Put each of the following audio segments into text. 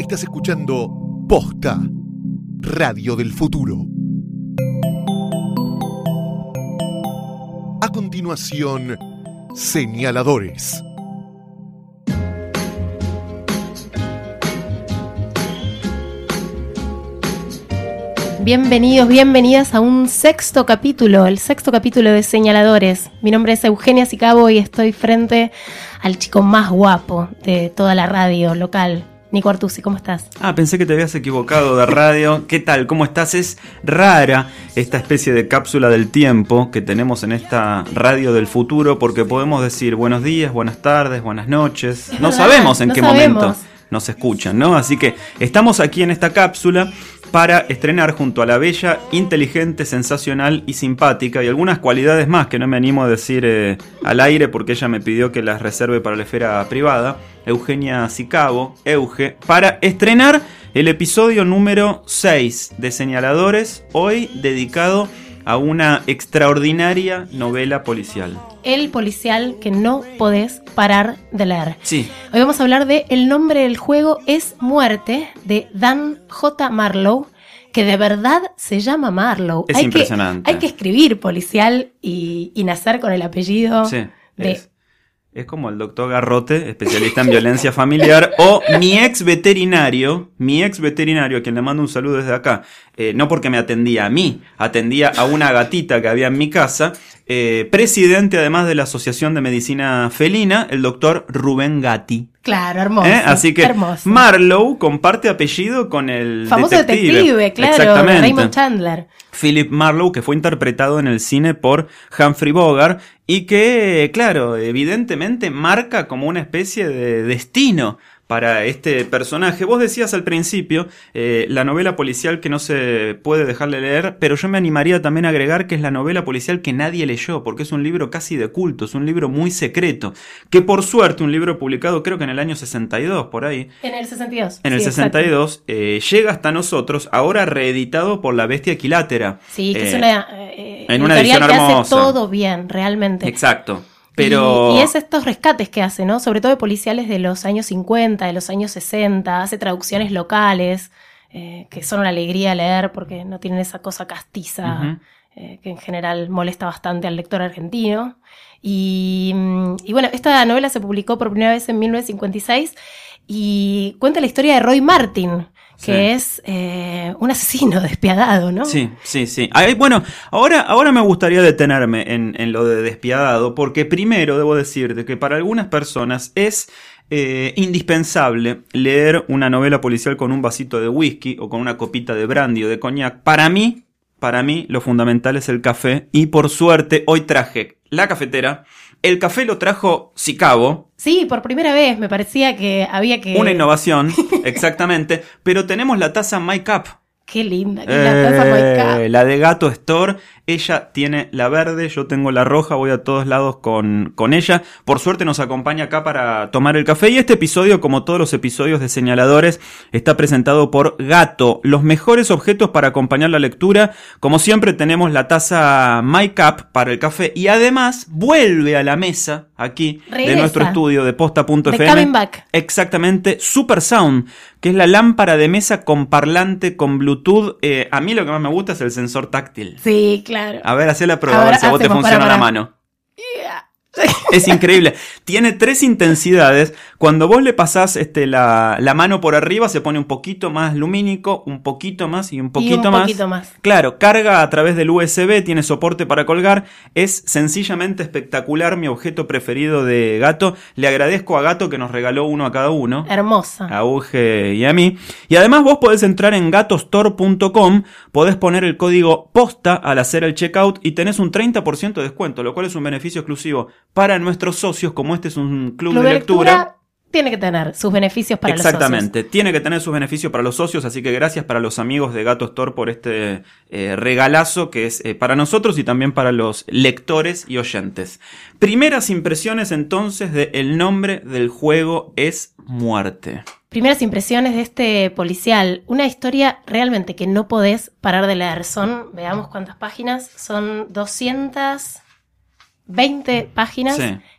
Estás escuchando Posta, Radio del Futuro. A continuación, Señaladores. Bienvenidos, bienvenidas a un sexto capítulo, el sexto capítulo de Señaladores. Mi nombre es Eugenia Sicabo y estoy frente al chico más guapo de toda la radio local. Nico Artusi, ¿cómo estás? Pensé que te habías equivocado de radio. ¿Qué tal? ¿Cómo estás? Es rara esta especie de cápsula del tiempo que tenemos en esta radio del futuro, porque podemos decir buenos días, buenas tardes, buenas noches. No sabemos en qué momento nos escuchan, ¿no? Así que estamos aquí en esta cápsula para estrenar junto a la bella, inteligente, sensacional y simpática, y algunas cualidades más que no me animo a decir al aire porque ella me pidió que las reserve para la esfera privada, Eugenia Sicabo, Euge, para estrenar el episodio número 6 de Señaladores, hoy dedicado a una extraordinaria novela policial. El policial que no podés parar de leer. Sí. Hoy vamos a hablar de El nombre del juego es muerte, de Dan J. Marlowe, que de verdad se llama Marlowe. Es impresionante. Hay que escribir policial y nacer con el apellido. Sí, de... Es como el doctor Garrote, especialista en violencia familiar, o mi ex veterinario, a quien le mando un saludo desde acá, no porque me atendía a mí, atendía a una gatita que había en mi casa, presidente además de la Asociación de Medicina Felina, el doctor Rubén Gatti. Claro, hermoso. Así que hermoso. Marlowe comparte apellido con el famoso detective, claro, exactamente. Raymond Chandler. Philip Marlowe, que fue interpretado en el cine por Humphrey Bogart y que, claro, evidentemente marca como una especie de destino para este personaje. Vos decías al principio la novela policial que no se puede dejar de leer, pero yo me animaría también a agregar que es la novela policial que nadie leyó, porque es un libro casi de culto, es un libro muy secreto, que por suerte un libro publicado creo que en el año 62, por ahí. En el 62. En el 62 llega hasta nosotros, ahora reeditado por La Bestia Equilátera. Sí, que es una en una edición que hermosa. hace todo bien, realmente. Exacto. Pero... Y es estos rescates que hace, ¿no? Sobre todo de policiales de los años 50, de los años 60, hace traducciones locales, que son una alegría leer porque no tienen esa cosa castiza, que en general molesta bastante al lector argentino. Y bueno, esta novela se publicó por primera vez en 1956 y cuenta la historia de Roy Martin, que es un asesino despiadado, ¿no? Sí. Bueno, ahora me gustaría detenerme en lo de despiadado, porque primero debo decirte que para algunas personas es indispensable leer una novela policial con un vasito de whisky o con una copita de brandy o de coñac. Para mí, lo fundamental es el café, y por suerte hoy traje la cafetera. El café lo trajo Sicabo. Sí, por primera vez me parecía que había que... Una innovación, exactamente. Pero tenemos la taza My Cup. Qué linda, que la taza My Cup. La de Gato Store. Ella tiene la verde, yo tengo la roja, voy a todos lados con ella. Por suerte nos acompaña acá para tomar el café. Y este episodio, como todos los episodios de Señaladores, está presentado por Gato. Los mejores objetos para acompañar la lectura. Como siempre tenemos la taza My Cup para el café. Y además vuelve a la mesa aquí Regresa. De nuestro estudio de posta.fm. The Coming Back. Exactamente, Super Sound, que es la lámpara de mesa con parlante, con Bluetooth. A mí lo que más me gusta es el sensor táctil. Sí, claro. A ver, hacé la prueba, a ver si a vos te funciona la mano. Yeah. Es increíble. Tiene 3 intensidades. Cuando vos le pasás la mano por arriba, se pone un poquito más lumínico, un poquito más y un poquito más. Claro, carga a través del USB, tiene soporte para colgar. Es sencillamente espectacular, mi objeto preferido de Gato. Le agradezco a Gato que nos regaló uno a cada uno. Hermosa. A Uge y a mí. Y además vos podés entrar en gatostore.com, podés poner el código POSTA al hacer el checkout y tenés un 30% de descuento, lo cual es un beneficio exclusivo para nuestros socios, como este es un club de lectura. Tiene que tener sus beneficios para los socios. Exactamente, tiene que tener sus beneficios para los socios, así que gracias para los amigos de Gato Store por este regalazo que es para nosotros y también para los lectores y oyentes. Primeras impresiones entonces de El nombre del juego es muerte. Primeras impresiones de este policial. Una historia realmente que no podés parar de leer. Veamos cuántas páginas, son 220 páginas. Sí.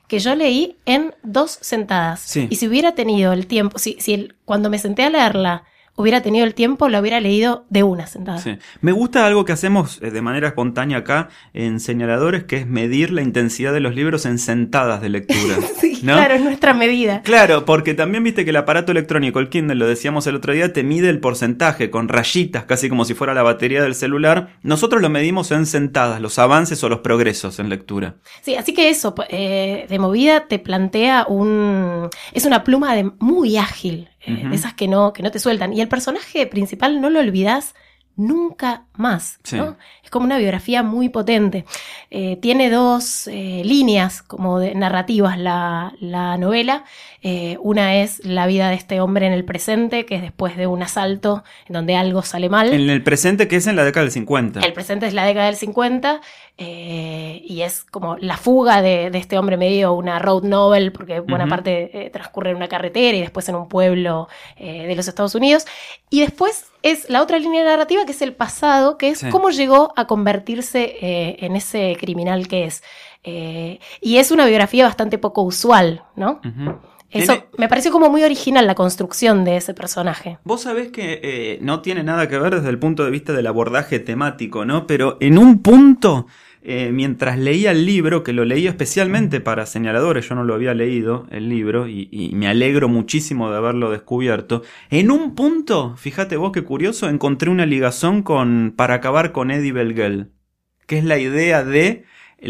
que yo leí en 2 sentadas. Sí. Y si hubiera tenido el tiempo, cuando me senté a leerla hubiera tenido el tiempo, lo hubiera leído de una sentada. Sí. Me gusta algo que hacemos de manera espontánea acá en Señaladores, que es medir la intensidad de los libros en sentadas de lectura. Sí, ¿no? claro, es nuestra medida. Claro, porque también viste que el aparato electrónico, el Kindle, lo decíamos el otro día, te mide el porcentaje con rayitas, casi como si fuera la batería del celular. Nosotros lo medimos en sentadas, los avances o los progresos en lectura. Sí, así que eso, de movida te plantea es una pluma muy ágil, de esas que no te sueltan. Y el personaje principal no lo olvidás nunca más, Sí. ¿no? Es como una biografía muy potente. Tiene 2 líneas como narrativas la novela. Una es la vida de este hombre en el presente, que es después de un asalto en donde algo sale mal. En el presente, que es en la década del 50. El presente es la década del 50 y es como la fuga de este hombre, medio una road novel, porque buena parte transcurre en una carretera y después en un pueblo de los Estados Unidos. Y después es la otra línea narrativa, que es el pasado, que es cómo llegó a convertirse en ese criminal que es. Y es una biografía bastante poco usual, ¿no? Eso me pareció como muy original, la construcción de ese personaje. Vos sabés que no tiene nada que ver desde el punto de vista del abordaje temático, ¿no? Pero en un punto, mientras leía el libro, que lo leí especialmente para Señaladores, yo no lo había leído, el libro, y me alegro muchísimo de haberlo descubierto, en un punto, fíjate vos qué curioso, encontré una ligazón para acabar con Eddie Belgel, que es la idea de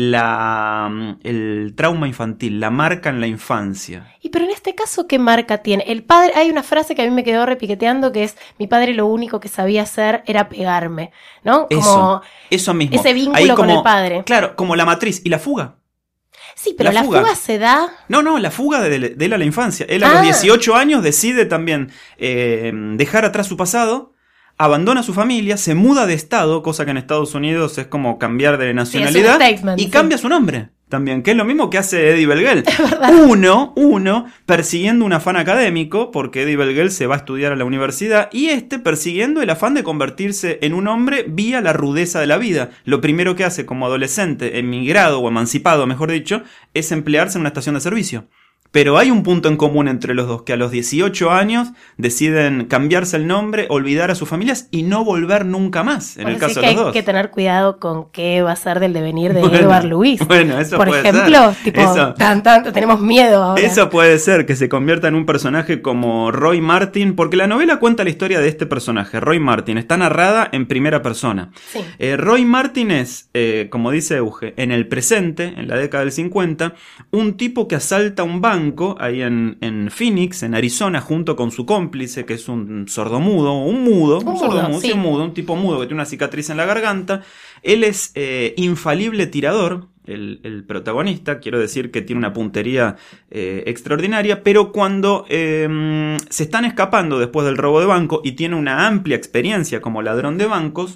el trauma infantil, la marca en la infancia. Y pero en este caso, ¿qué marca tiene? El padre, hay una frase que a mí me quedó repiqueteando, que es: mi padre lo único que sabía hacer era pegarme, ¿no? Como eso mismo. Ese vínculo con el padre. Claro, como la matriz. ¿Y la fuga? Sí, pero la fuga se da... No, la fuga de él a la infancia. Él a los 18 años decide también dejar atrás su pasado, abandona a su familia, se muda de estado, cosa que en Estados Unidos es como cambiar de nacionalidad, sí, es un statement, y cambia su nombre también, que es lo mismo que hace Eddie Belgel. Uno persiguiendo un afán académico, porque Eddie Belgel se va a estudiar a la universidad, y persiguiendo el afán de convertirse en un hombre vía la rudeza de la vida. Lo primero que hace como adolescente, emigrado o emancipado, mejor dicho, es emplearse en una estación de servicio. Pero hay un punto en común entre los dos, que a los 18 años deciden cambiarse el nombre, olvidar a sus familias y no volver nunca más, en el caso de los dos. Hay que tener cuidado con qué va a ser del devenir de Edward Louis. Bueno, eso por puede ejemplo, ser. tipo, tenemos miedo ahora. Eso puede ser, que se convierta en un personaje como Roy Martin, porque la novela cuenta la historia de este personaje, Roy Martin, está narrada en primera persona. Sí. Roy Martin es, como dice Euge, en el presente, en la década del 50, un tipo que asalta un banco ahí en Phoenix, en Arizona, junto con su cómplice, que es un sordomudo, un tipo mudo que tiene una cicatriz en la garganta. Él es infalible tirador, el protagonista, quiero decir que tiene una puntería extraordinaria, pero cuando se están escapando después del robo de banco y tiene una amplia experiencia como ladrón de bancos,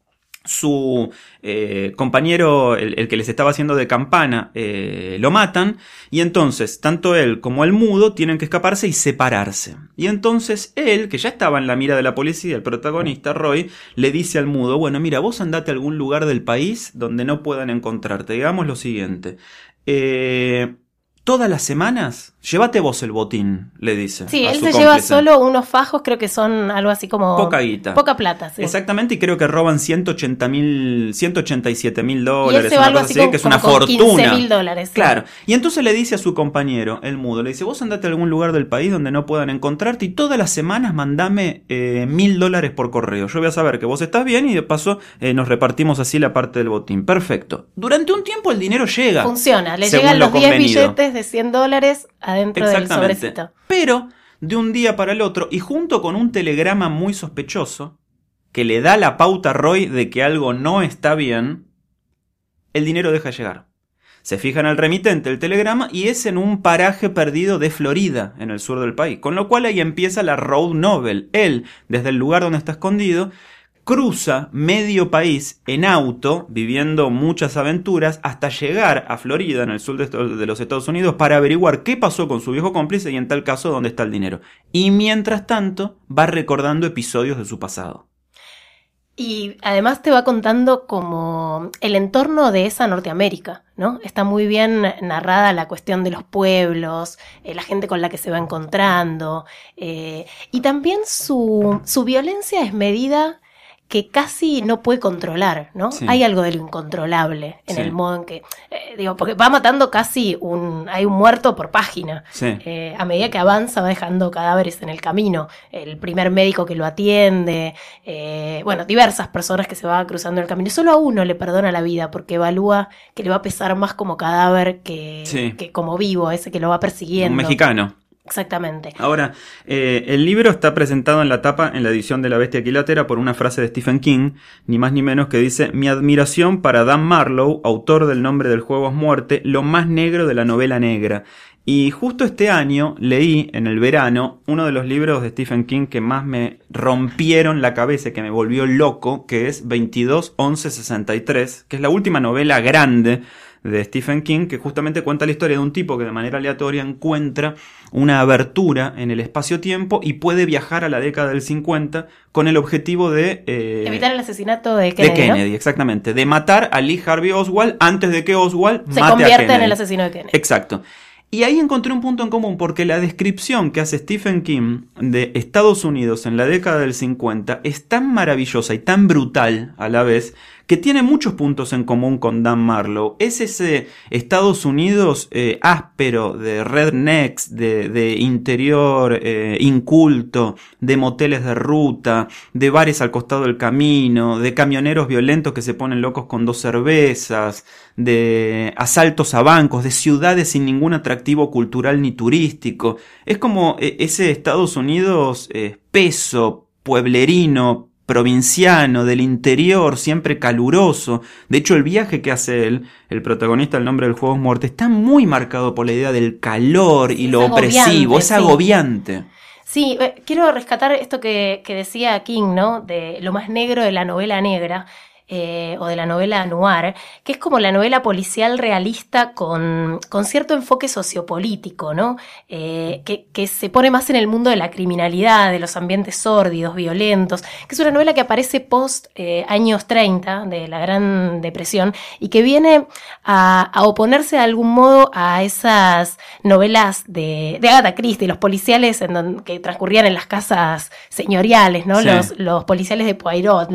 su compañero, el que les estaba haciendo de campana, lo matan, y entonces tanto él como el mudo tienen que escaparse y separarse. Y entonces él, que ya estaba en la mira de la policía, el protagonista, Roy, le dice al mudo: bueno, mira, vos andate a algún lugar del país donde no puedan encontrarte. Digamos lo siguiente: todas las semanas, llévate vos el botín, le dice. Sí, a él su se cómplice. lleva solo unos fajos, creo que son algo así como... Poca guita. Poca plata, sí. Exactamente, y creo que roban $187,000, Y él se va algo cosa así así, que es una como con fortuna. $15,000. Sí. Claro, y entonces le dice a su compañero, el mudo, le dice: vos andate a algún lugar del país donde no puedan encontrarte y todas las semanas mandame $1,000 por correo. Yo voy a saber que vos estás bien y de paso nos repartimos así la parte del botín. Perfecto. Durante un tiempo el dinero llega. Funciona, le según llegan lo los 10 convenido. billetes de $100 adentro del sobrecito. Pero de un día para el otro, y junto con un telegrama muy sospechoso que le da la pauta a Roy de que algo no está bien, el dinero deja de llegar. Se fija en el remitente del telegrama y es en un paraje perdido de Florida, en el sur del país. Con lo cual ahí empieza la road novel. Él, desde el lugar donde está escondido, cruza medio país en auto, viviendo muchas aventuras, hasta llegar a Florida, en el sur de los Estados Unidos, para averiguar qué pasó con su viejo cómplice y, en tal caso, dónde está el dinero. Y mientras tanto, va recordando episodios de su pasado. Y además te va contando como el entorno de esa Norteamérica, ¿no? Está muy bien narrada la cuestión de los pueblos, la gente con la que se va encontrando, y también su violencia es medida que casi no puede controlar, ¿no? Sí. Hay algo de lo incontrolable en el modo en que, porque va matando casi hay un muerto por página. Sí. A medida que avanza va dejando cadáveres en el camino. El primer médico que lo atiende, diversas personas que se van cruzando el camino. Solo a uno le perdona la vida porque evalúa que le va a pesar más como cadáver que como vivo, ese que lo va persiguiendo. Un mexicano. Exactamente. Ahora, el libro está presentado en la tapa, en la edición de La Bestia Equilátera, por una frase de Stephen King, ni más ni menos, que dice: mi admiración para Dan Marlowe, autor del Nombre del Juego es Muerte, lo más negro de la novela negra. Y justo este año leí, en el verano, uno de los libros de Stephen King que más me rompieron la cabeza, que me volvió loco, que es 22-11-63, que es la última novela grande de Stephen King, que justamente cuenta la historia de un tipo que de manera aleatoria encuentra una abertura en el espacio-tiempo y puede viajar a la década del 50 con el objetivo de evitar el asesinato de Kennedy. De Kennedy, ¿no? Exactamente. De matar a Lee Harvey Oswald antes de que Oswald mate a Kennedy. Se convierte en el asesino de Kennedy. Exacto. Y ahí encontré un punto en común, porque la descripción que hace Stephen King de Estados Unidos en la década del 50 es tan maravillosa y tan brutal a la vez, que tiene muchos puntos en común con Dan Marlowe. Es ese Estados Unidos áspero, de rednecks, de interior inculto, de moteles de ruta, de bares al costado del camino, de camioneros violentos que se ponen locos con 2 cervezas, de asaltos a bancos, de ciudades sin ningún atractivo cultural ni turístico. Es como ese Estados Unidos espeso, pueblerino, provinciano, del interior, siempre caluroso. De hecho, el viaje que hace él, el protagonista del Nombre del Juego es Muerte, está muy marcado por la idea del calor y lo opresivo, es agobiante. Sí, quiero rescatar esto que decía King, ¿no? De lo más negro de la novela negra. O de la novela noir, que es como la novela policial realista con cierto enfoque sociopolítico, ¿no? Que se pone más en el mundo de la criminalidad, de los ambientes sórdidos, violentos, que es una novela que aparece post años 30 de la Gran Depresión y que viene a oponerse de algún modo a esas novelas de Agatha Christie, los policiales que transcurrían en las casas señoriales, ¿no? Sí. Los policiales de Poirot,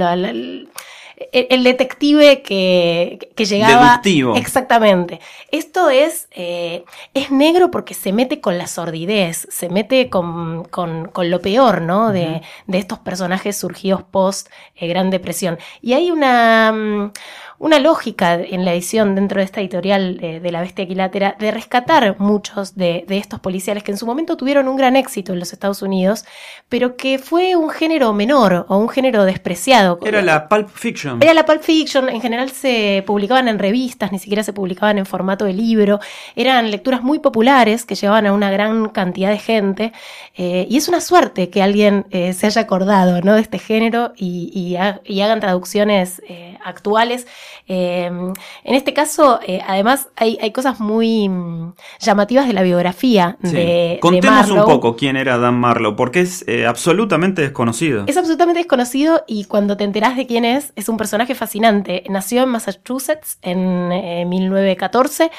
el detective que llegaba... Deductivo. Exactamente. Esto es negro porque se mete con la sordidez, se mete con lo peor, ¿no? Uh-huh. De estos personajes surgidos post Gran Depresión. Y hay una lógica en la edición dentro de esta editorial de La Bestia Equilátera de rescatar muchos de estos policiales que en su momento tuvieron un gran éxito en los Estados Unidos, pero que fue un género menor o un género despreciado. Era la Pulp Fiction. Era la Pulp Fiction, en general se publicaban en revistas, ni siquiera se publicaban en formato de libro, eran lecturas muy populares que llevaban a una gran cantidad de gente, y es una suerte que alguien se haya acordado, ¿no? De este género y hagan traducciones actuales. En este caso, además, hay cosas muy llamativas de la biografía de Contemos Marlowe. Un poco quién era Dan Marlowe, porque es absolutamente desconocido. Es absolutamente desconocido y cuando te enterás de quién es un personaje fascinante. Nació en Massachusetts en 1914,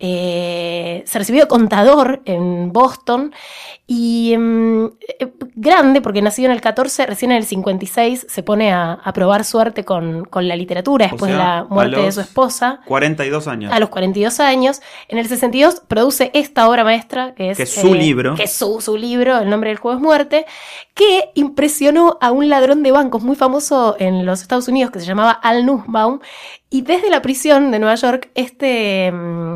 se recibió de contador en Boston y grande, porque nació en el 14, recién en el 56 se pone a probar suerte con la literatura después de la muerte de su esposa. 42 años. A los 42 años. En el 62 produce esta obra maestra, que es su libro. Que es su libro, El Nombre del Juego es Muerte, que impresionó a un ladrón de bancos muy famoso en los Estados Unidos que se llamaba Al Nussbaum. Y desde la prisión de Nueva York, este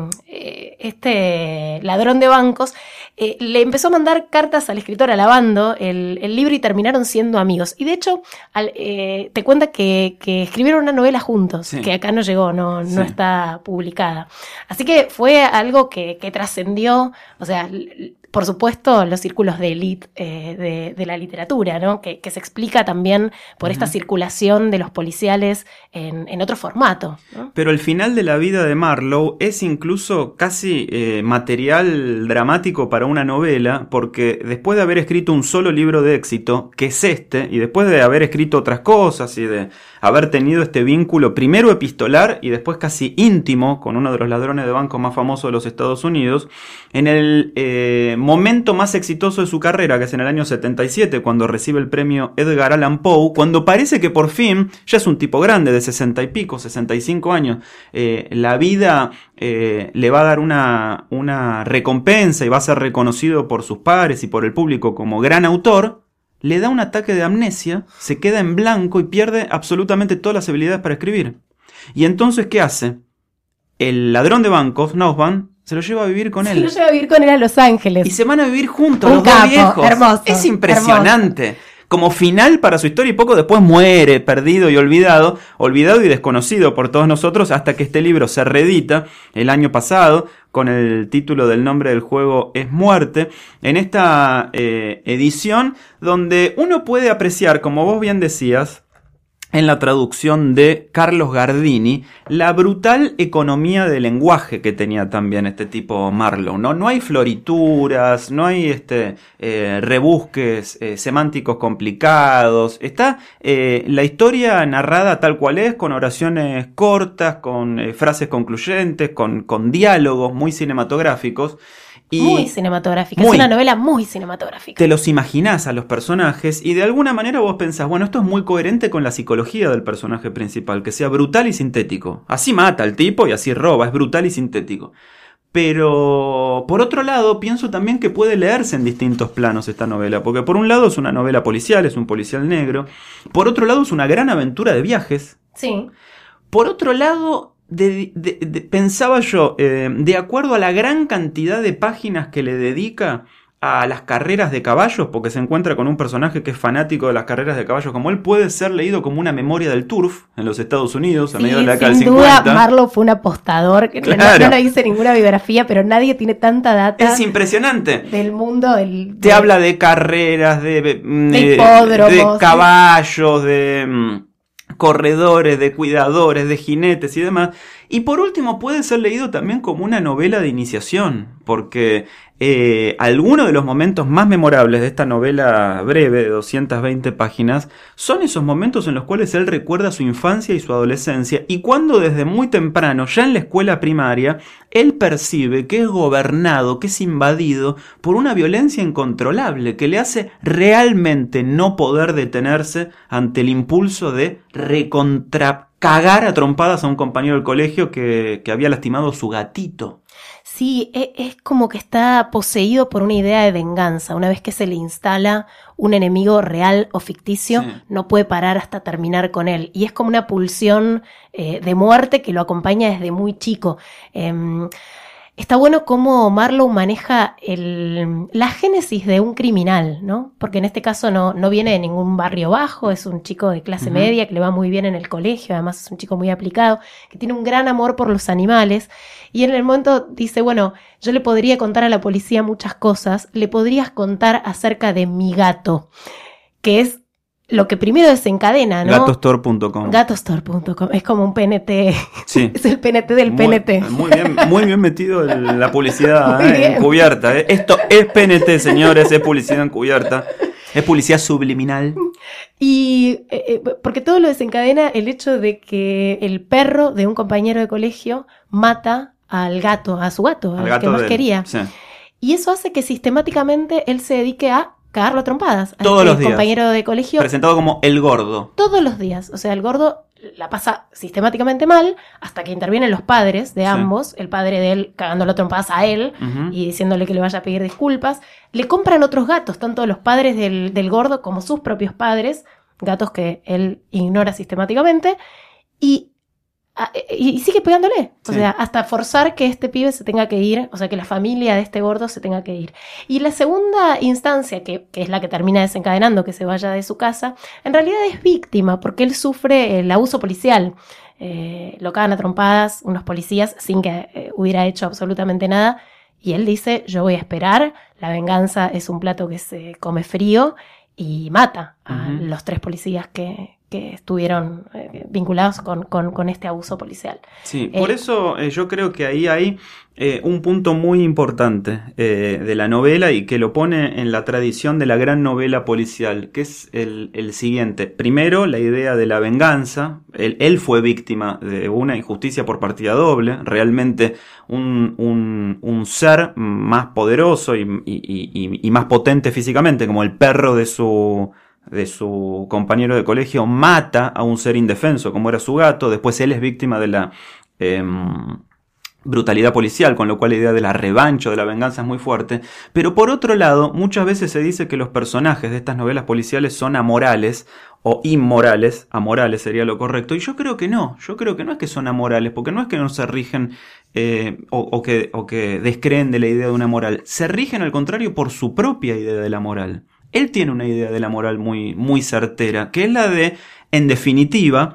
ladrón de bancos le empezó a mandar cartas al escritor alabando el libro y terminaron siendo amigos. Y de hecho, te cuenta que escribieron una novela juntos, sí, que acá no llegó, no está publicada. Así que fue algo que trascendió, o sea, por supuesto, los círculos de élite de la literatura, ¿no? Que se explica también por esta circulación de los policiales en otro formato, ¿no? Pero el final de la vida de Marlowe es incluso casi material dramático para una novela, porque después de haber escrito un solo libro de éxito, que es este, y después de haber escrito otras cosas y de haber tenido este vínculo primero epistolar y después casi íntimo con uno de los ladrones de banco más famosos de los Estados Unidos, en el momento más exitoso de su carrera, que es en el año 77, cuando recibe el premio Edgar Allan Poe, cuando parece que por fin, ya es un tipo grande de 60 y pico, 65 años, la vida le va a dar una recompensa y va a ser reconocido por sus pares y por el público como gran autor, le da un ataque de amnesia, se queda en blanco y pierde absolutamente todas las habilidades para escribir. Y entonces, ¿qué hace? El ladrón de bancos, Nussbaum, se lo lleva a vivir con él. Se lo lleva a vivir con él a Los Ángeles. Y se van a vivir juntos, Un los capo, dos viejos. hermoso, Es impresionante. hermoso. Como final para su historia, y poco después muere, perdido y olvidado y desconocido por todos nosotros, hasta que este libro se reedita el año pasado con el título del nombre del juego es Muerte, en esta edición donde uno puede apreciar, como vos bien decías, en la traducción de Carlos Gardini, la brutal economía de lenguaje que tenía también este tipo Marlowe, ¿no? No hay florituras, no hay rebusques semánticos complicados. Está la historia narrada tal cual es, con oraciones cortas, con frases concluyentes, con diálogos muy cinematográficos. Y muy cinematográfica, es una novela muy cinematográfica. Te los imaginás a los personajes y de alguna manera vos pensás, bueno, esto es muy coherente con la psicología del personaje principal, que sea brutal y sintético. Así mata al tipo y así roba, es brutal y sintético. Pero, por otro lado, pienso también que puede leerse en distintos planos esta novela, porque por un lado es una novela policial, es un policial negro, por otro lado es una gran aventura de viajes. Sí. Por otro lado, pensaba yo, de acuerdo a la gran cantidad de páginas que le dedica a las carreras de caballos, porque se encuentra con un personaje que es fanático de las carreras de caballos como él, puede ser leído como una memoria del turf en los Estados Unidos a mediados de la década del 50. Sin duda, Marlowe fue un apostador, que claro. no hice ninguna biografía, pero nadie tiene tanta data. Es impresionante. Del mundo Te habla de carreras, de hipódromos, de caballos, de corredores, de cuidadores, de jinetes y demás. Y por último puede ser leído también como una novela de iniciación, porque algunos de los momentos más memorables de esta novela breve de 220 páginas son esos momentos en los cuales él recuerda su infancia y su adolescencia, y cuando desde muy temprano, ya en la escuela primaria, él percibe que es gobernado, que es invadido por una violencia incontrolable que le hace realmente no poder detenerse ante el impulso de cagar a trompadas a un compañero del colegio que había lastimado a su gatito. Sí, es como que está poseído por una idea de venganza. Una vez que se le instala un enemigo real o ficticio, sí, no puede parar hasta terminar con él. Y es como una pulsión de muerte que lo acompaña desde muy chico. Está bueno cómo Marlowe maneja la génesis de un criminal, ¿no? Porque en este caso no viene de ningún barrio bajo, es un chico de clase media que le va muy bien en el colegio, además es un chico muy aplicado, que tiene un gran amor por los animales, y en el momento dice, bueno, yo le podría contar a la policía muchas cosas, le podrías contar acerca de mi gato, que es lo que primero desencadena, ¿no? Gatostore.com. Gatostore.com. Es como un PNT. Sí. Es el PNT del PNT. Muy bien metido en la publicidad encubierta. Esto es PNT, señores, es publicidad encubierta. Es publicidad subliminal. Y porque todo lo desencadena el hecho de que el perro de un compañero de colegio mata al gato, a su gato, al que más quería. Sí. Y eso hace que sistemáticamente él se dedique a cagarlo a trompadas. Todos los días. Compañero de colegio. Presentado como el gordo. Todos los días. O sea, el gordo la pasa sistemáticamente mal hasta que intervienen los padres de ambos. Sí. El padre de él cagándolo a trompadas a él y diciéndole que le vaya a pedir disculpas. Le compran otros gatos, tanto los padres del gordo como sus propios padres. Gatos que él ignora sistemáticamente. Y sigue pegándole, o sea, hasta forzar que este pibe se tenga que ir, o sea, que la familia de este gordo se tenga que ir. Y la segunda instancia, que es la que termina desencadenando que se vaya de su casa, en realidad es víctima, porque él sufre el abuso policial. Lo cagan a trompadas unos policías sin que hubiera hecho absolutamente nada, Y él dice, yo voy a esperar, la venganza es un plato que se come frío, y mata a los 3 policías que estuvieron vinculados con este abuso policial. Sí, por eso yo creo que ahí hay un punto muy importante de la novela y que lo pone en la tradición de la gran novela policial, que es el siguiente. Primero, la idea de la venganza. Él fue víctima de una injusticia por partida doble. Realmente un ser más poderoso y más potente físicamente, como el perro de su compañero de colegio, mata a un ser indefenso como era su gato. Después él es víctima de la brutalidad policial, con lo cual la idea de la revancha o de la venganza es muy fuerte. Pero por otro lado, muchas veces se dice que los personajes de estas novelas policiales son amorales o inmorales. Amorales sería lo correcto, y yo creo que no es que son amorales, porque no es que no se rigen o que descreen de la idea de una moral, se rigen al contrario por su propia idea de la moral. Él tiene una idea de la moral muy, muy certera, que es la de, en definitiva,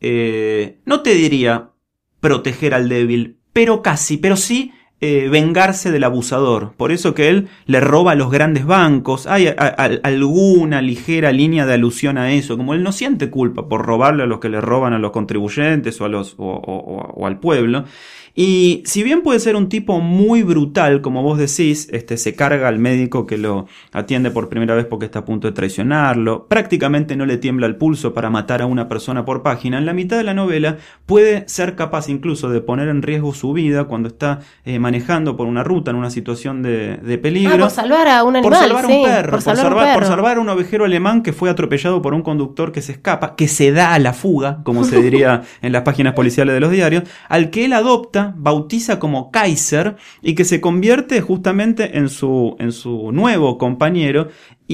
no te diría proteger al débil, pero sí vengarse del abusador. Por eso que él le roba a los grandes bancos. Hay alguna ligera línea de alusión a eso, como él no siente culpa por robarle a los que le roban a los contribuyentes o al pueblo. Y si bien puede ser un tipo muy brutal, como vos decís, se carga al médico que lo atiende por primera vez porque está a punto de traicionarlo, prácticamente no le tiembla el pulso para matar a una persona por página. En la mitad de la novela puede ser capaz incluso de poner en riesgo su vida cuando está manejando por una ruta en una situación de peligro. Por salvar a un animal, por salvar a un perro, por salvar a un ovejero alemán que fue atropellado por un conductor que se escapa, que se da a la fuga, como se diría en las páginas policiales de los diarios, al que él adopta, bautiza como Kaiser y que se convierte justamente en su nuevo compañero.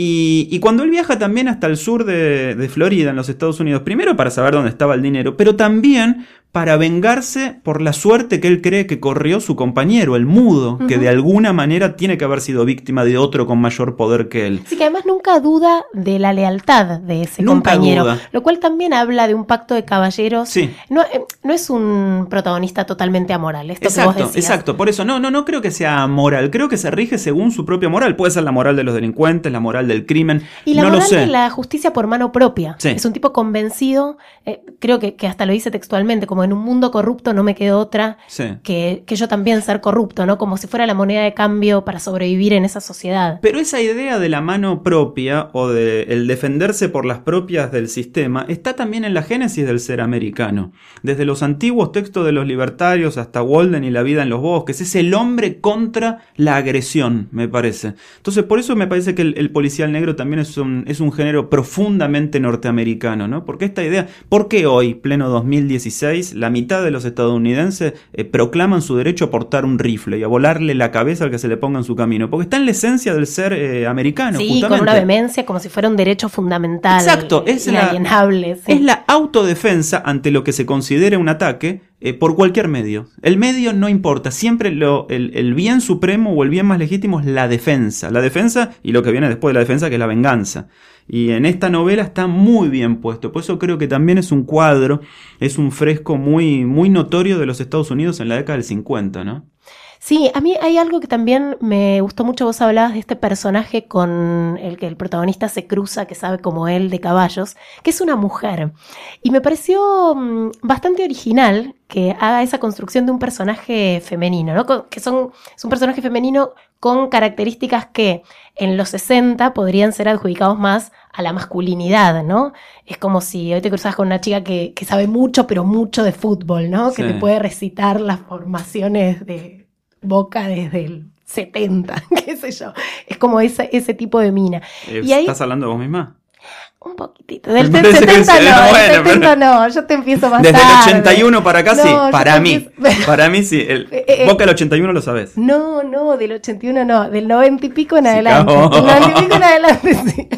Y cuando él viaja también hasta el sur de Florida, en los Estados Unidos, primero para saber dónde estaba el dinero, pero también para vengarse por la suerte que él cree que corrió su compañero, el mudo, que de alguna manera tiene que haber sido víctima de otro con mayor poder que él. Sí, que además nunca duda de la lealtad de ese compañero, lo cual también habla de un pacto de caballeros. Sí. No es un protagonista totalmente amoral, esto exacto, que vos decías. Exacto, por eso no creo que sea amoral, creo que se rige según su propia moral. Puede ser la moral de los delincuentes, la moral del crimen, y la no moral lo sé. de la justicia por mano propia. Sí. Es un tipo convencido, creo que hasta lo dice textualmente, como en un mundo corrupto no me quedó otra que yo también ser corrupto, ¿no? Como si fuera la moneda de cambio para sobrevivir en esa sociedad. Pero esa idea de la mano propia o de el defenderse por las propias del sistema está también en la génesis del ser americano. Desde los antiguos textos de los libertarios hasta Walden y La vida en los bosques, es el hombre contra la agresión, me parece. Entonces por eso me parece que el policial negro también es un género profundamente norteamericano, ¿no? Porque esta idea, ¿por qué hoy, pleno 2016, la mitad de los estadounidenses proclaman su derecho a portar un rifle y a volarle la cabeza al que se le ponga en su camino? Porque está en la esencia del ser americano, sí, justamente. Con una vehemencia como si fuera un derecho fundamental. Exacto, inalienable. Sí. Es la autodefensa ante lo que se considere un ataque por cualquier medio. El medio no importa, siempre el bien supremo o el bien más legítimo es la defensa. La defensa y lo que viene después de la defensa, que es la venganza. Y en esta novela está muy bien puesto. Por eso creo que también es un cuadro, es un fresco muy, muy notorio de los Estados Unidos en la década del 50, ¿no? Sí, a mí hay algo que también me gustó mucho. Vos hablabas de este personaje con el que el protagonista se cruza, que sabe como él de caballos, que es una mujer. Y me pareció bastante original que haga esa construcción de un personaje femenino, ¿no? Es un personaje femenino con características que en los 60 podrían ser adjudicados más a la masculinidad, ¿no? Es como si hoy te cruzas con una chica que sabe mucho, pero mucho de fútbol, ¿no? Sí. Que te puede recitar las formaciones de Boca desde el 70, qué sé yo. Es como ese tipo de mina. Y ahí, ¿estás hablando de vos misma? Un poquito. Del 70 no, bueno, del 70 no, yo te empiezo más desde tarde. Desde el 81 para acá, no, sí, para mí. Para mí sí. Boca del 81 lo sabés. No, del 81 no, del 90 y pico en adelante. Del 90 y pico en adelante, sí.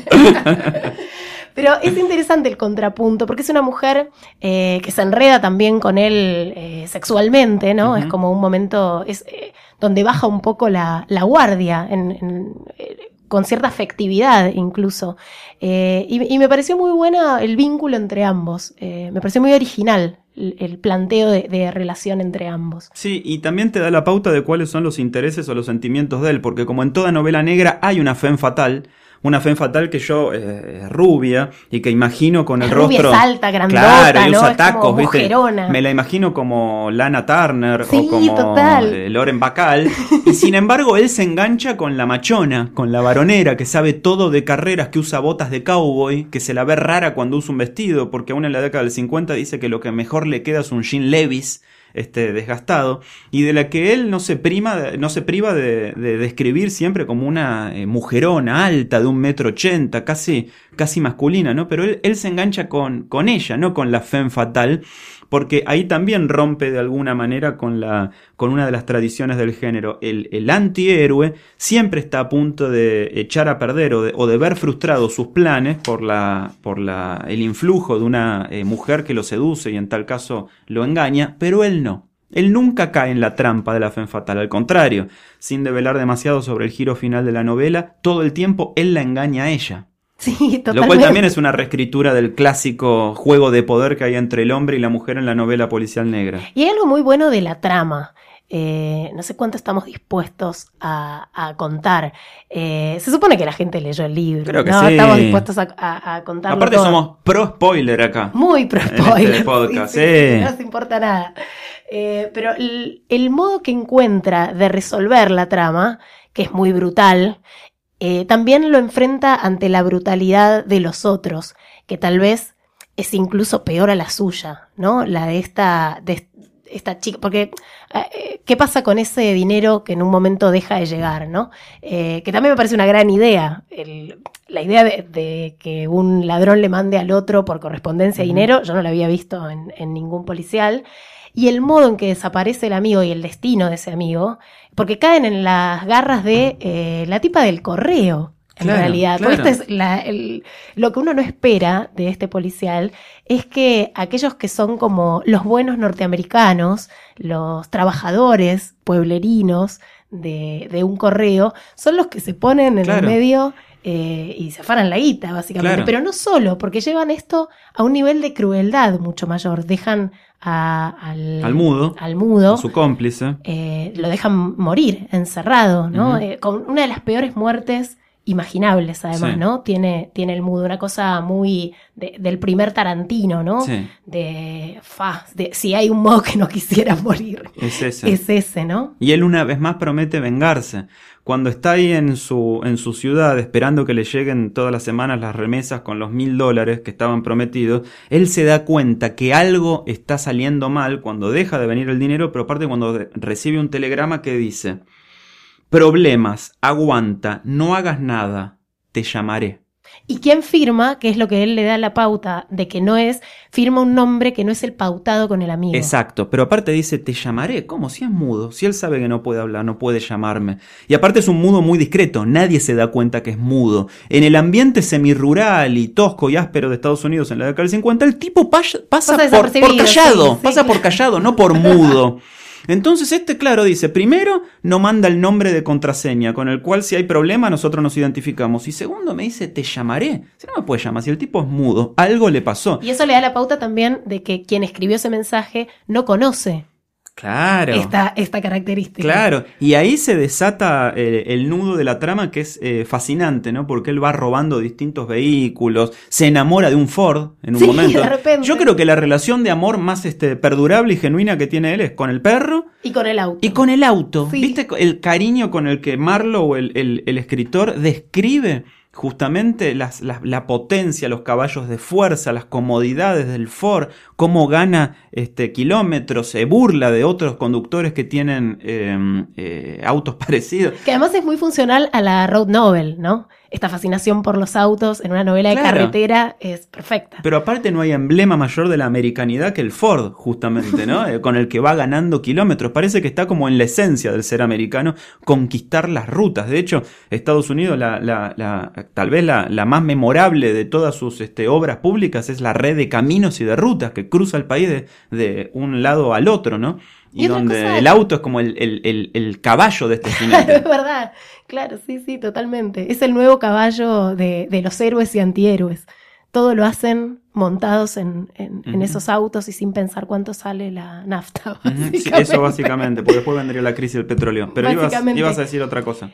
Pero es interesante el contrapunto, porque es una mujer que se enreda también con él sexualmente, ¿no? Es como un momento donde baja un poco la guardia. con cierta afectividad incluso. Y me pareció muy buena el vínculo entre ambos. Me pareció muy original el planteo de relación entre ambos. Sí, y también te da la pauta de cuáles son los intereses o los sentimientos de él, porque como en toda novela negra hay una femme fatale, que yo rubia y que imagino con el rubia rostro es alta, grandota, claro, y ¿no? usa Es tacos, como ¿viste? mujerona. Me la imagino como Lana Turner sí, o como total. Lauren Bacall, y sin embargo él se engancha con la machona, con la varonera que sabe todo de carreras, que usa botas de cowboy, que se la ve rara cuando usa un vestido, porque aún en la década del 50 dice que lo que mejor le queda es un jean Levi's desgastado, y de la que él no se priva de describir siempre como una mujerona alta de 1,80 m, casi masculina, ¿no? Pero él se engancha con ella, no con la femme fatale, porque ahí también rompe de alguna manera con una de las tradiciones del género. El antihéroe siempre está a punto de echar a perder o de ver frustrados sus planes por el influjo de una mujer que lo seduce y en tal caso lo engaña, pero él no. Él nunca cae en la trampa de la femme fatale, al contrario, sin develar demasiado sobre el giro final de la novela, todo el tiempo él la engaña a ella. Sí, totalmente. Lo cual también es una reescritura del clásico juego de poder que hay entre el hombre y la mujer en la novela policial negra. Y hay algo muy bueno de la trama. No sé cuánto estamos dispuestos a contar. Se supone que la gente leyó el libro. Creo que ¿no? sí. Estamos dispuestos a contarlo. Aparte todo. somos pro spoiler acá. Muy pro spoiler. En este podcast, sí. No nos importa nada. Pero el modo que encuentra de resolver la trama, que es muy brutal, también lo enfrenta ante la brutalidad de los otros, que tal vez es incluso peor a la suya, ¿no? La de esta chica, porque ¿qué pasa con ese dinero que en un momento deja de llegar, ¿no? Que también me parece una gran idea, la idea de que un ladrón le mande al otro por correspondencia dinero, yo no la había visto en ningún policial, y el modo en que desaparece el amigo y el destino de ese amigo, porque caen en las garras de la tipa del correo, en realidad. Claro. Porque lo que uno no espera de este policial es que aquellos que son como los buenos norteamericanos, los trabajadores pueblerinos de un correo, son los que se ponen en el medio y se afanan la guita, básicamente. Claro. Pero no solo, porque llevan esto a un nivel de crueldad mucho mayor. Dejan al mudo, a su cómplice, lo dejan morir, encerrado, ¿no? Uh-huh. Con una de las peores muertes imaginables, además, sí. ¿no? Tiene el mudo, una cosa muy del primer Tarantino, ¿no? Sí. De si hay un modo que no quisiera morir. Es ese. Es ese, ¿no? Y él una vez más promete vengarse. Cuando está ahí en su ciudad esperando que le lleguen todas las semanas las remesas con los $1,000 que estaban prometidos, él se da cuenta que algo está saliendo mal cuando deja de venir el dinero, pero aparte cuando recibe un telegrama que dice: problemas, aguanta, no hagas nada, te llamaré. ¿Y quién firma? Que es lo que él le da la pauta de que no es, firma un nombre que no es el pautado con el amigo. Exacto, pero aparte dice, te llamaré. ¿Cómo? Si es mudo, si él sabe que no puede hablar, no puede llamarme. Y aparte es un mudo muy discreto, nadie se da cuenta que es mudo. En el ambiente semirural y tosco y áspero de Estados Unidos en la década del 50, el tipo pasa por callado, pasa por callado, no por mudo. Entonces claro, dice, primero, no manda el nombre de contraseña, con el cual si hay problema nosotros nos identificamos. Y segundo, me dice, te llamaré. Si no me puede llamar, si el tipo es mudo, algo le pasó. Y eso le da la pauta también de que quien escribió ese mensaje no conoce Claro. esta característica. Claro, y ahí se desata el nudo de la trama, que es fascinante, ¿no? Porque él va robando distintos vehículos, se enamora de un Ford en un momento. De repente. Yo creo que la relación de amor más perdurable y genuina que tiene él es con el perro y con el auto. Y con el auto. Sí. ¿Viste el cariño con el que Marlowe, el escritor, describe justamente la potencia, los caballos de fuerza, las comodidades del Ford, cómo gana kilómetros, se burla de otros conductores que tienen autos parecidos. Que además es muy funcional a la road novel, ¿no? Esta fascinación por los autos en una novela de carretera es perfecta. Pero aparte no hay emblema mayor de la americanidad que el Ford, justamente, ¿no? Con el que va ganando kilómetros. Parece que está como en la esencia del ser americano, conquistar las rutas. De hecho, Estados Unidos, tal vez la más memorable de todas sus obras públicas es la red de caminos y de rutas que cruza el país de un lado al otro, ¿no? y donde el auto es como el caballo de este jinete. Es verdad, claro, sí, totalmente. Es el nuevo caballo de los héroes y antihéroes. Todo lo hacen montados en esos autos y sin pensar cuánto sale la nafta. Sí, eso básicamente, porque después vendría la crisis del petróleo. Pero ibas a decir otra cosa.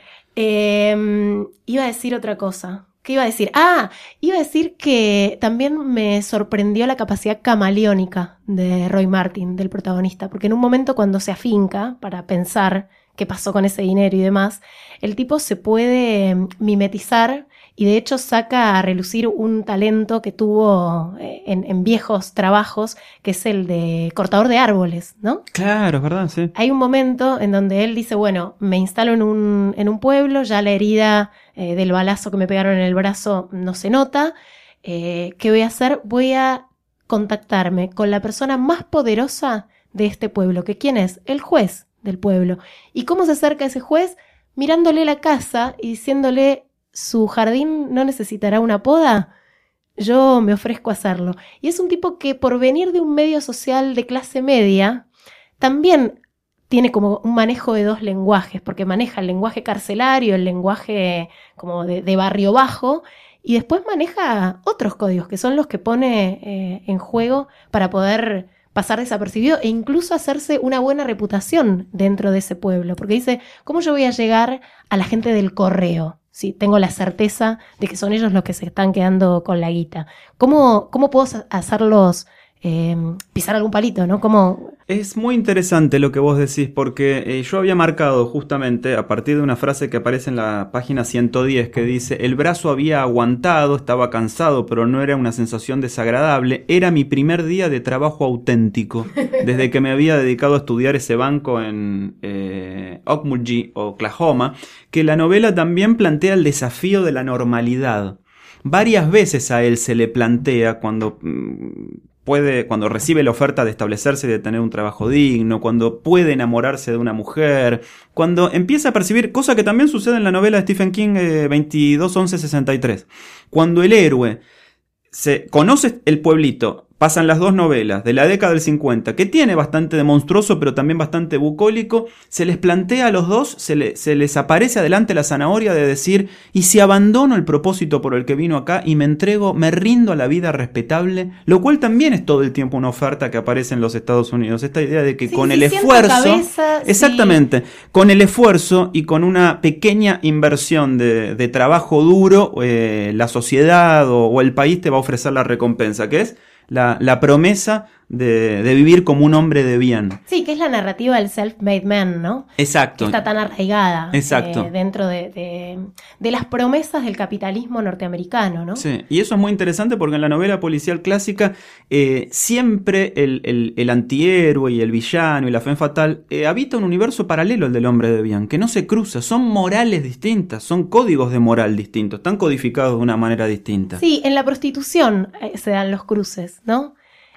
Iba a decir otra cosa. ¿Qué iba a decir? Iba a decir que también me sorprendió la capacidad camaleónica de Roy Martin, del protagonista, porque en un momento cuando se afinca para pensar qué pasó con ese dinero y demás, el tipo se puede mimetizar y de hecho saca a relucir un talento que tuvo en viejos trabajos, que es el de cortador de árboles, ¿no? Claro, es verdad, sí. Hay un momento en donde él dice, bueno, me instalo en un pueblo, ya la herida del balazo que me pegaron en el brazo no se nota. ¿Qué voy a hacer? Voy a contactarme con la persona más poderosa de este pueblo, que ¿quién es? El juez del pueblo. ¿Y cómo se acerca ese juez? Mirándole la casa y diciéndole, ¿su jardín no necesitará una poda? Yo me ofrezco a hacerlo. Y es un tipo que por venir de un medio social de clase media, también tiene como un manejo de dos lenguajes, porque maneja el lenguaje carcelario, el lenguaje como de barrio bajo, y después maneja otros códigos, que son los que pone en juego para poder pasar desapercibido e incluso hacerse una buena reputación dentro de ese pueblo. Porque dice, ¿cómo yo voy a llegar a la gente del correo? Sí, tengo la certeza de que son ellos los que se están quedando con la guita. ¿Cómo puedo hacerlos pisar algún palito, ¿no? Es muy interesante lo que vos decís, porque yo había marcado justamente a partir de una frase que aparece en la página 110 que dice: el brazo había aguantado, estaba cansado, pero no era una sensación desagradable, era mi primer día de trabajo auténtico, desde que me había dedicado a estudiar ese banco en Okmulgee, Oklahoma, que la novela también plantea el desafío de la normalidad. Varias veces a él se le plantea cuando recibe la oferta de establecerse y de tener un trabajo digno, cuando puede enamorarse de una mujer, cuando empieza a percibir, cosa que también sucede en la novela de Stephen King 22-11-63, cuando el héroe conoce el pueblito. Pasan las dos novelas de la década del 50, que tiene bastante de monstruoso, pero también bastante bucólico. Se les plantea a los dos, se les aparece adelante la zanahoria de decir: ¿y si abandono el propósito por el que vino acá y me entrego, me rindo a la vida respetable? Lo cual también es todo el tiempo una oferta que aparece en los Estados Unidos. Esta idea de que con el esfuerzo... Exactamente. Con el esfuerzo y con una pequeña inversión de trabajo duro, la sociedad o el país te va a ofrecer la recompensa, que es la promesa de vivir como un hombre de bien. Sí, que es la narrativa del self-made man, ¿no? Exacto. Que está tan arraigada Exacto. Dentro de las promesas del capitalismo norteamericano, ¿no? Sí, y eso es muy interesante porque en la novela policial clásica siempre el antihéroe y el villano y la femme fatale habita un universo paralelo al del hombre de bien, que no se cruza, son morales distintas, son códigos de moral distintos, están codificados de una manera distinta. Sí, en la prostitución se dan los cruces, ¿no?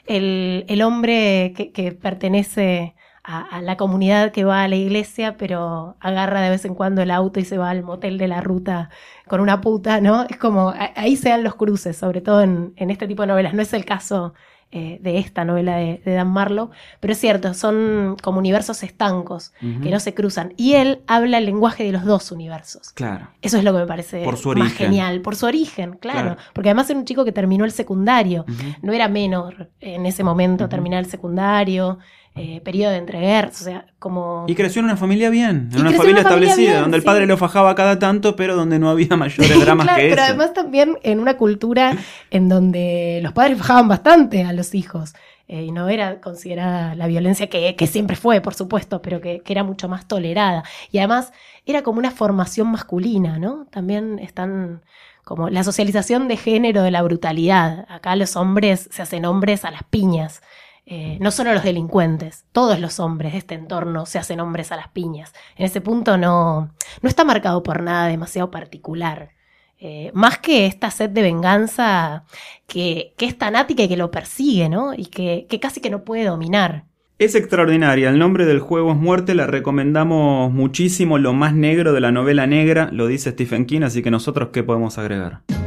El hombre que pertenece a la comunidad que va a la iglesia, pero agarra de vez en cuando el auto y se va al motel de la ruta con una puta, ¿no? Es como, ahí se dan los cruces, sobre todo en este tipo de novelas. No es el caso de esta novela de Dan Marlowe, pero es cierto, son como universos estancos que no se cruzan. Y él habla el lenguaje de los dos universos. Claro. Eso es lo que me parece más genial. Por su origen, claro. Porque además era un chico que terminó el secundario. No era menor en ese momento terminar el secundario, periodo de entreguerras, o sea, como... Y creció en una familia bien, en una familia establecida, donde el padre lo fajaba cada tanto, pero donde no había mayores dramas claro, que eso. Pero además también en una cultura en donde los padres fajaban bastante a los hijos. Y no era considerada la violencia que siempre fue, por supuesto, pero que era mucho más tolerada. Y además era como una formación masculina, ¿no? También están como la socialización de género de la brutalidad. Acá los hombres se hacen hombres a las piñas. No solo los delincuentes, todos los hombres de este entorno se hacen hombres a las piñas. En ese punto no está marcado por nada demasiado particular. Más que esta sed de venganza que es tanática y que lo persigue, ¿no? Y que casi que no puede dominar. Es extraordinaria, el nombre del juego es Muerte, la recomendamos muchísimo, lo más negro de la novela negra, lo dice Stephen King, así que nosotros, ¿qué podemos agregar?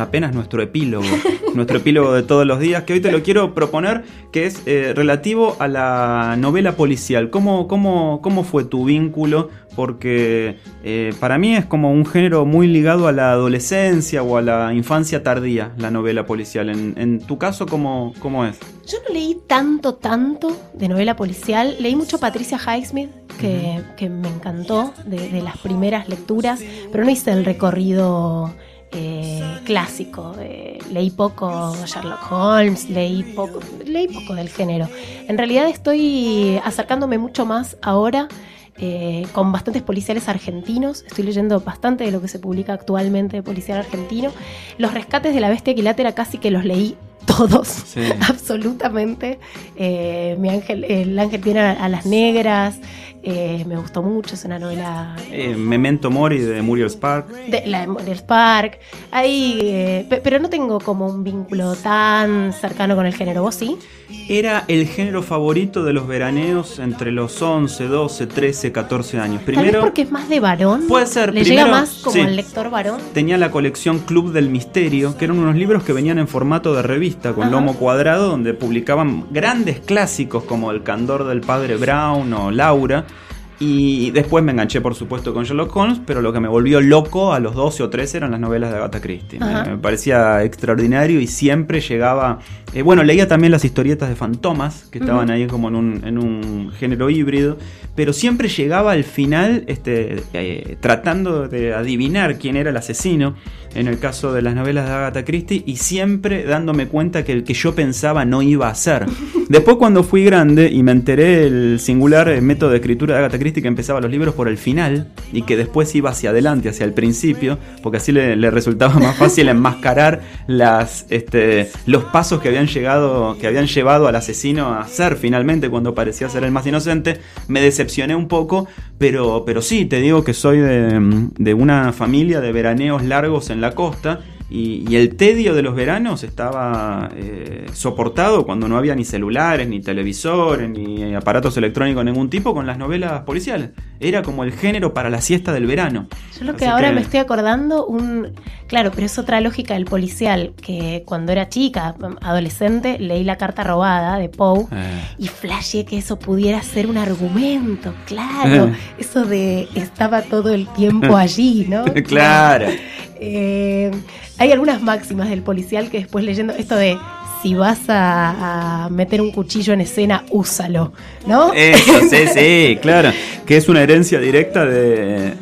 apenas nuestro epílogo de todos los días, que hoy te lo quiero proponer, que es relativo a la novela policial. ¿Cómo fue tu vínculo? Porque para mí es como un género muy ligado a la adolescencia o a la infancia tardía, la novela policial. En tu caso, ¿cómo es? Yo no leí tanto de novela policial. Leí mucho Patricia Highsmith, que me encantó de las primeras lecturas, pero no hice el recorrido clásico. Leí poco Sherlock Holmes, leí poco del género. En realidad estoy acercándome mucho más ahora con bastantes policiales argentinos. Estoy leyendo bastante de lo que se publica actualmente de policial argentino. Los rescates de la bestia equilátera casi que los leí todos, sí. Absolutamente. El ángel tiene a las negras. Me gustó mucho, es una novela. Memento Mori de Muriel Spark. De la de Muriel Spark. Ahí, pero no tengo como un vínculo tan cercano con el género. ¿Vos sí? Era el género favorito de los veraneos entre los 11, 12, 13, 14 años. Primero, tal vez porque es más de varón. Puede ser. Le llega más como al lector varón. Tenía la colección Club del Misterio, que eran unos libros que venían en formato de revista, con lomo cuadrado, donde publicaban grandes clásicos como El candor del padre Brown o Laura. Y después me enganché, por supuesto, con Sherlock Holmes, pero lo que me volvió loco a los 12 o 13 eran las novelas de Agatha Christie. Me parecía extraordinario y siempre llegaba... leía también las historietas de Fantomas, que estaban ahí como en un género híbrido, pero siempre llegaba al final tratando de adivinar quién era el asesino, en el caso de las novelas de Agatha Christie, y siempre dándome cuenta que el que yo pensaba no iba a ser. Después, cuando fui grande y me enteré el singular método de escritura de Agatha Christie, que empezaba los libros por el final y que después iba hacia adelante, hacia el principio, porque así le resultaba más fácil enmascarar los pasos que habían llevado al asesino a ser finalmente cuando parecía ser el más inocente. Me decepcioné un poco, pero sí, te digo que soy de una familia de veraneos largos en la costa. Y el tedio de los veranos estaba soportado cuando no había ni celulares, ni televisores, ni aparatos electrónicos de ningún tipo, con las novelas policiales. Era como el género para la siesta del verano. Yo lo que ahora me estoy acordando, claro, pero es otra lógica del policial, que cuando era chica, adolescente, leí La carta robada de Poe y flasheé que eso pudiera ser un argumento, claro. Eso de estaba todo el tiempo allí, ¿no? Claro. Hay algunas máximas del policial que después leyendo esto de si vas a meter un cuchillo en escena, úsalo, ¿no? Eso, sí, claro. Que es una herencia directa de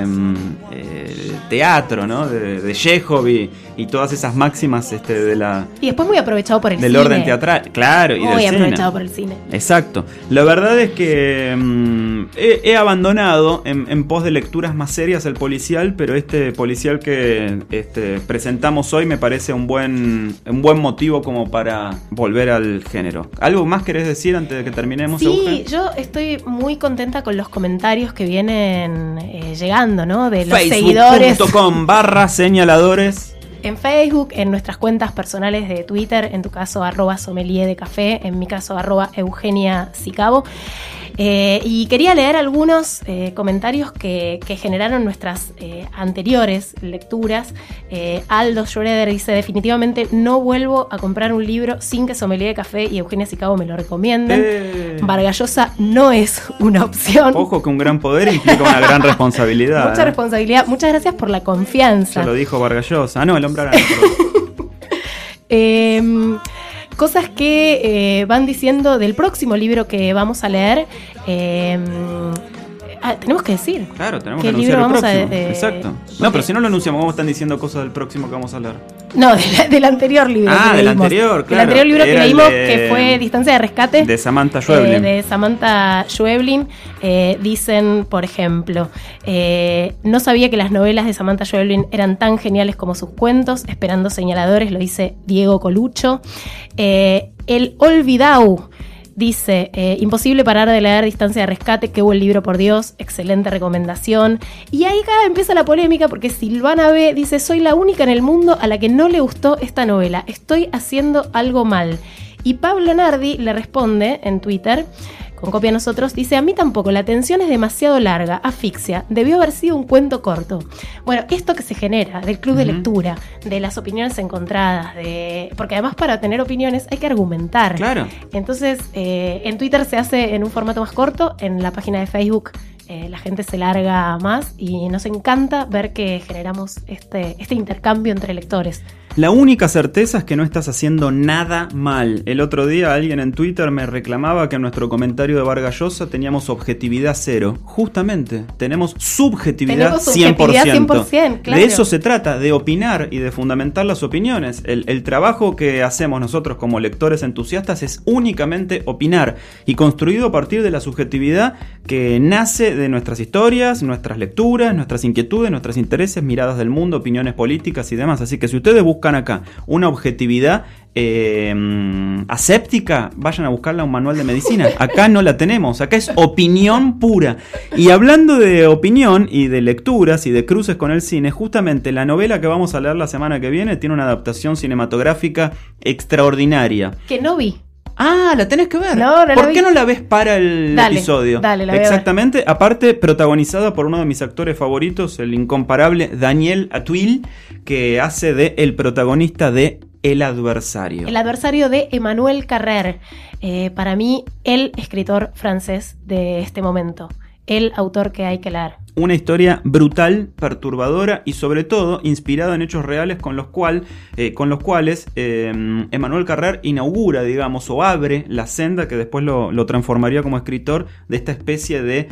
teatro, ¿no? De Chekhov y todas esas máximas de la... Y después muy aprovechado por el del cine. Del orden teatral, claro. Y muy aprovechado por el cine. Exacto. La verdad es que he abandonado en pos de lecturas más serias el policial, pero este policial que presentamos hoy me parece un buen motivo como para volver al género. ¿Algo más querés decir antes de que terminemos? Sí, Eugen? yo estoy muy contenta con los comentarios que vienen llegando, ¿no? De los seguidores. Facebook.com/señaladores. En Facebook, en nuestras cuentas personales de Twitter, en tu caso @sommelier de café, en mi caso @Eugenia Sicabo. Y quería leer algunos comentarios que generaron nuestras anteriores lecturas. Aldo Schroeder dice: definitivamente no vuelvo a comprar un libro sin que Sommelier de Café y Eugenia Sicabo me lo recomienden. Vargas Llosa no es una opción. Ojo que un gran poder implica una gran responsabilidad. Mucha responsabilidad. Muchas gracias por la confianza. Se lo dijo Vargas Llosa. No, el hombre araña. Cosas que van diciendo del próximo libro que vamos a leer. Tenemos que decir. Claro, tenemos que anunciar el próximo. Exacto. No, pero si no lo anunciamos, ¿cómo están diciendo cosas del próximo que vamos a leer? No, del anterior libro. Del anterior, claro. Del anterior libro que leímos, que fue Distancia de Rescate. De Samantha Schweblin. De Samantha Schweblin. Dicen, por ejemplo, no sabía que las novelas de Samantha Schweblin eran tan geniales como sus cuentos. Esperando señaladores, lo dice Diego Colucho. El Olvidau dice: imposible parar de leer Distancia de Rescate, qué buen libro, por Dios, excelente recomendación. Y ahí acá empieza la polémica, porque Silvana B. dice: soy la única en el mundo a la que no le gustó esta novela, estoy haciendo algo mal. Y Pablo Nardi le responde en Twitter con copia a nosotros, dice: a mí tampoco, la tensión es demasiado larga, asfixia, debió haber sido un cuento corto. Bueno, esto que se genera del club de lectura, de las opiniones encontradas, porque además para tener opiniones hay que argumentar. Claro. Entonces, en Twitter se hace en un formato más corto, en la página de Facebook la gente se larga más y nos encanta ver que generamos este intercambio entre lectores. La única certeza es que no estás haciendo nada mal. El otro día alguien en Twitter me reclamaba que en nuestro comentario de Vargas Llosa teníamos objetividad cero. Justamente, tenemos subjetividad 100%. Claro. De eso se trata, de opinar y de fundamentar las opiniones. El trabajo que hacemos nosotros como lectores entusiastas es únicamente opinar y construido a partir de la subjetividad que nace de nuestras historias, nuestras lecturas, nuestras inquietudes, nuestros intereses, miradas del mundo, opiniones políticas y demás. Así que si ustedes buscan acá una objetividad aséptica, vayan a buscarla a un manual de medicina. Acá no la tenemos, acá es opinión pura. Y hablando de opinión y de lecturas y de cruces con el cine, justamente la novela que vamos a leer la semana que viene tiene una adaptación cinematográfica extraordinaria. Que no vi. Ah, la tenés que ver. No ¿Por qué no la ves para el episodio? Dale, la voy Exactamente. Aparte, protagonizada por uno de mis actores favoritos, el incomparable Daniel Auteuil, que hace de el protagonista de El Adversario. El Adversario de Emmanuel Carrère. Para mí, el escritor francés de este momento. El autor que hay que leer. Una historia brutal, perturbadora y sobre todo inspirada en hechos reales con los cuales Emmanuel Carrère inaugura, digamos, o abre la senda que después lo transformaría como escritor de esta especie de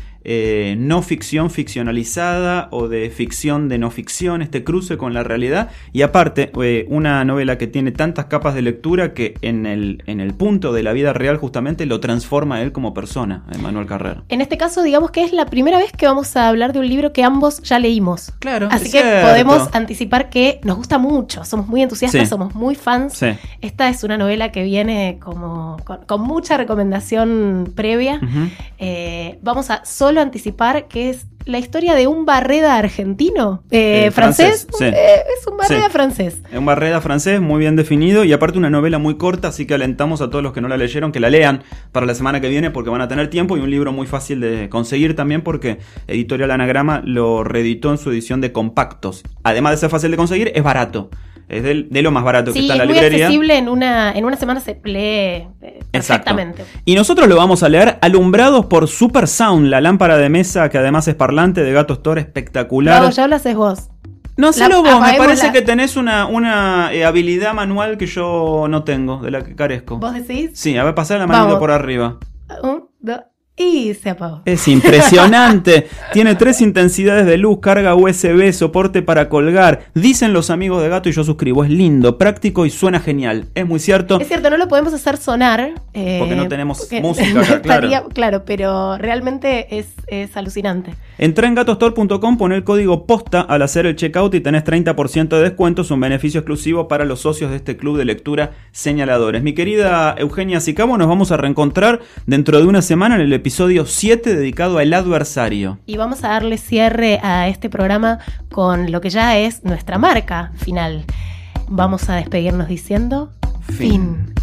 no ficción ficcionalizada o de ficción de no ficción, este cruce con la realidad. Y aparte, una novela que tiene tantas capas de lectura que en el punto de la vida real justamente lo transforma a él como persona, Emmanuel Carrère. En este caso, digamos que es la primera vez que vamos a hablar de un libro que ambos ya leímos. Claro. Así que podemos anticipar que nos gusta mucho, somos muy entusiastas, sí. Somos muy fans. Sí. Esta es una novela que viene como con mucha recomendación previa. Uh-huh. Vamos a solo anticipar que es la historia de un Barreda argentino, francés. Sí. Es un Barreda francés. Un Barreda francés muy bien definido y aparte una novela muy corta, así que alentamos a todos los que no la leyeron que la lean para la semana que viene porque van a tener tiempo, y un libro muy fácil de conseguir también porque Editorial Anagrama lo reeditó en su edición de compactos. Además de ser fácil de conseguir, es barato. Es de lo más barato que está en la librería. Sí, es muy accesible, en una semana se lee perfectamente. Exacto. Y nosotros lo vamos a leer alumbrados por Super Sound, la lámpara de mesa que además es parlante de Gato Store, espectacular. No, ya lo haces vos. No, solo vos, me parece que tenés una habilidad manual que yo no tengo, de la que carezco. ¿Vos decís? Sí, a ver, pasá la manito por arriba. 1, 2... Y se apagó. Es impresionante. Tiene 3 intensidades de luz, carga USB, soporte para colgar. Dicen los amigos de Gato y yo suscribo. Es lindo, práctico y suena genial. Es muy cierto. Es cierto, no lo podemos hacer sonar. Porque no tenemos música acá, claro. Claro, pero realmente es alucinante. Entrá en gatostore.com, pon el código POSTA al hacer el checkout y tenés 30% de descuento. Es un beneficio exclusivo para los socios de este club de lectura señaladores. Mi querida Eugenia Sicamo, nos vamos a reencontrar dentro de una semana en el episodio 7 dedicado a El Adversario. Y vamos a darle cierre a este programa con lo que ya es nuestra marca final. Vamos a despedirnos diciendo fin.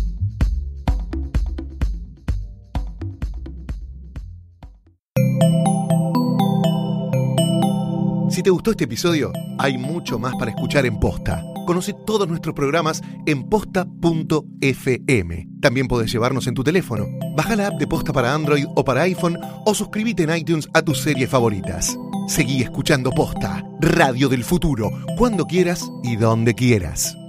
Si te gustó este episodio, hay mucho más para escuchar en Posta. Conoce todos nuestros programas en posta.fm. También podés llevarnos en tu teléfono. Baja la app de Posta para Android o para iPhone o suscríbete en iTunes a tus series favoritas. Seguí escuchando Posta, Radio del Futuro, cuando quieras y donde quieras.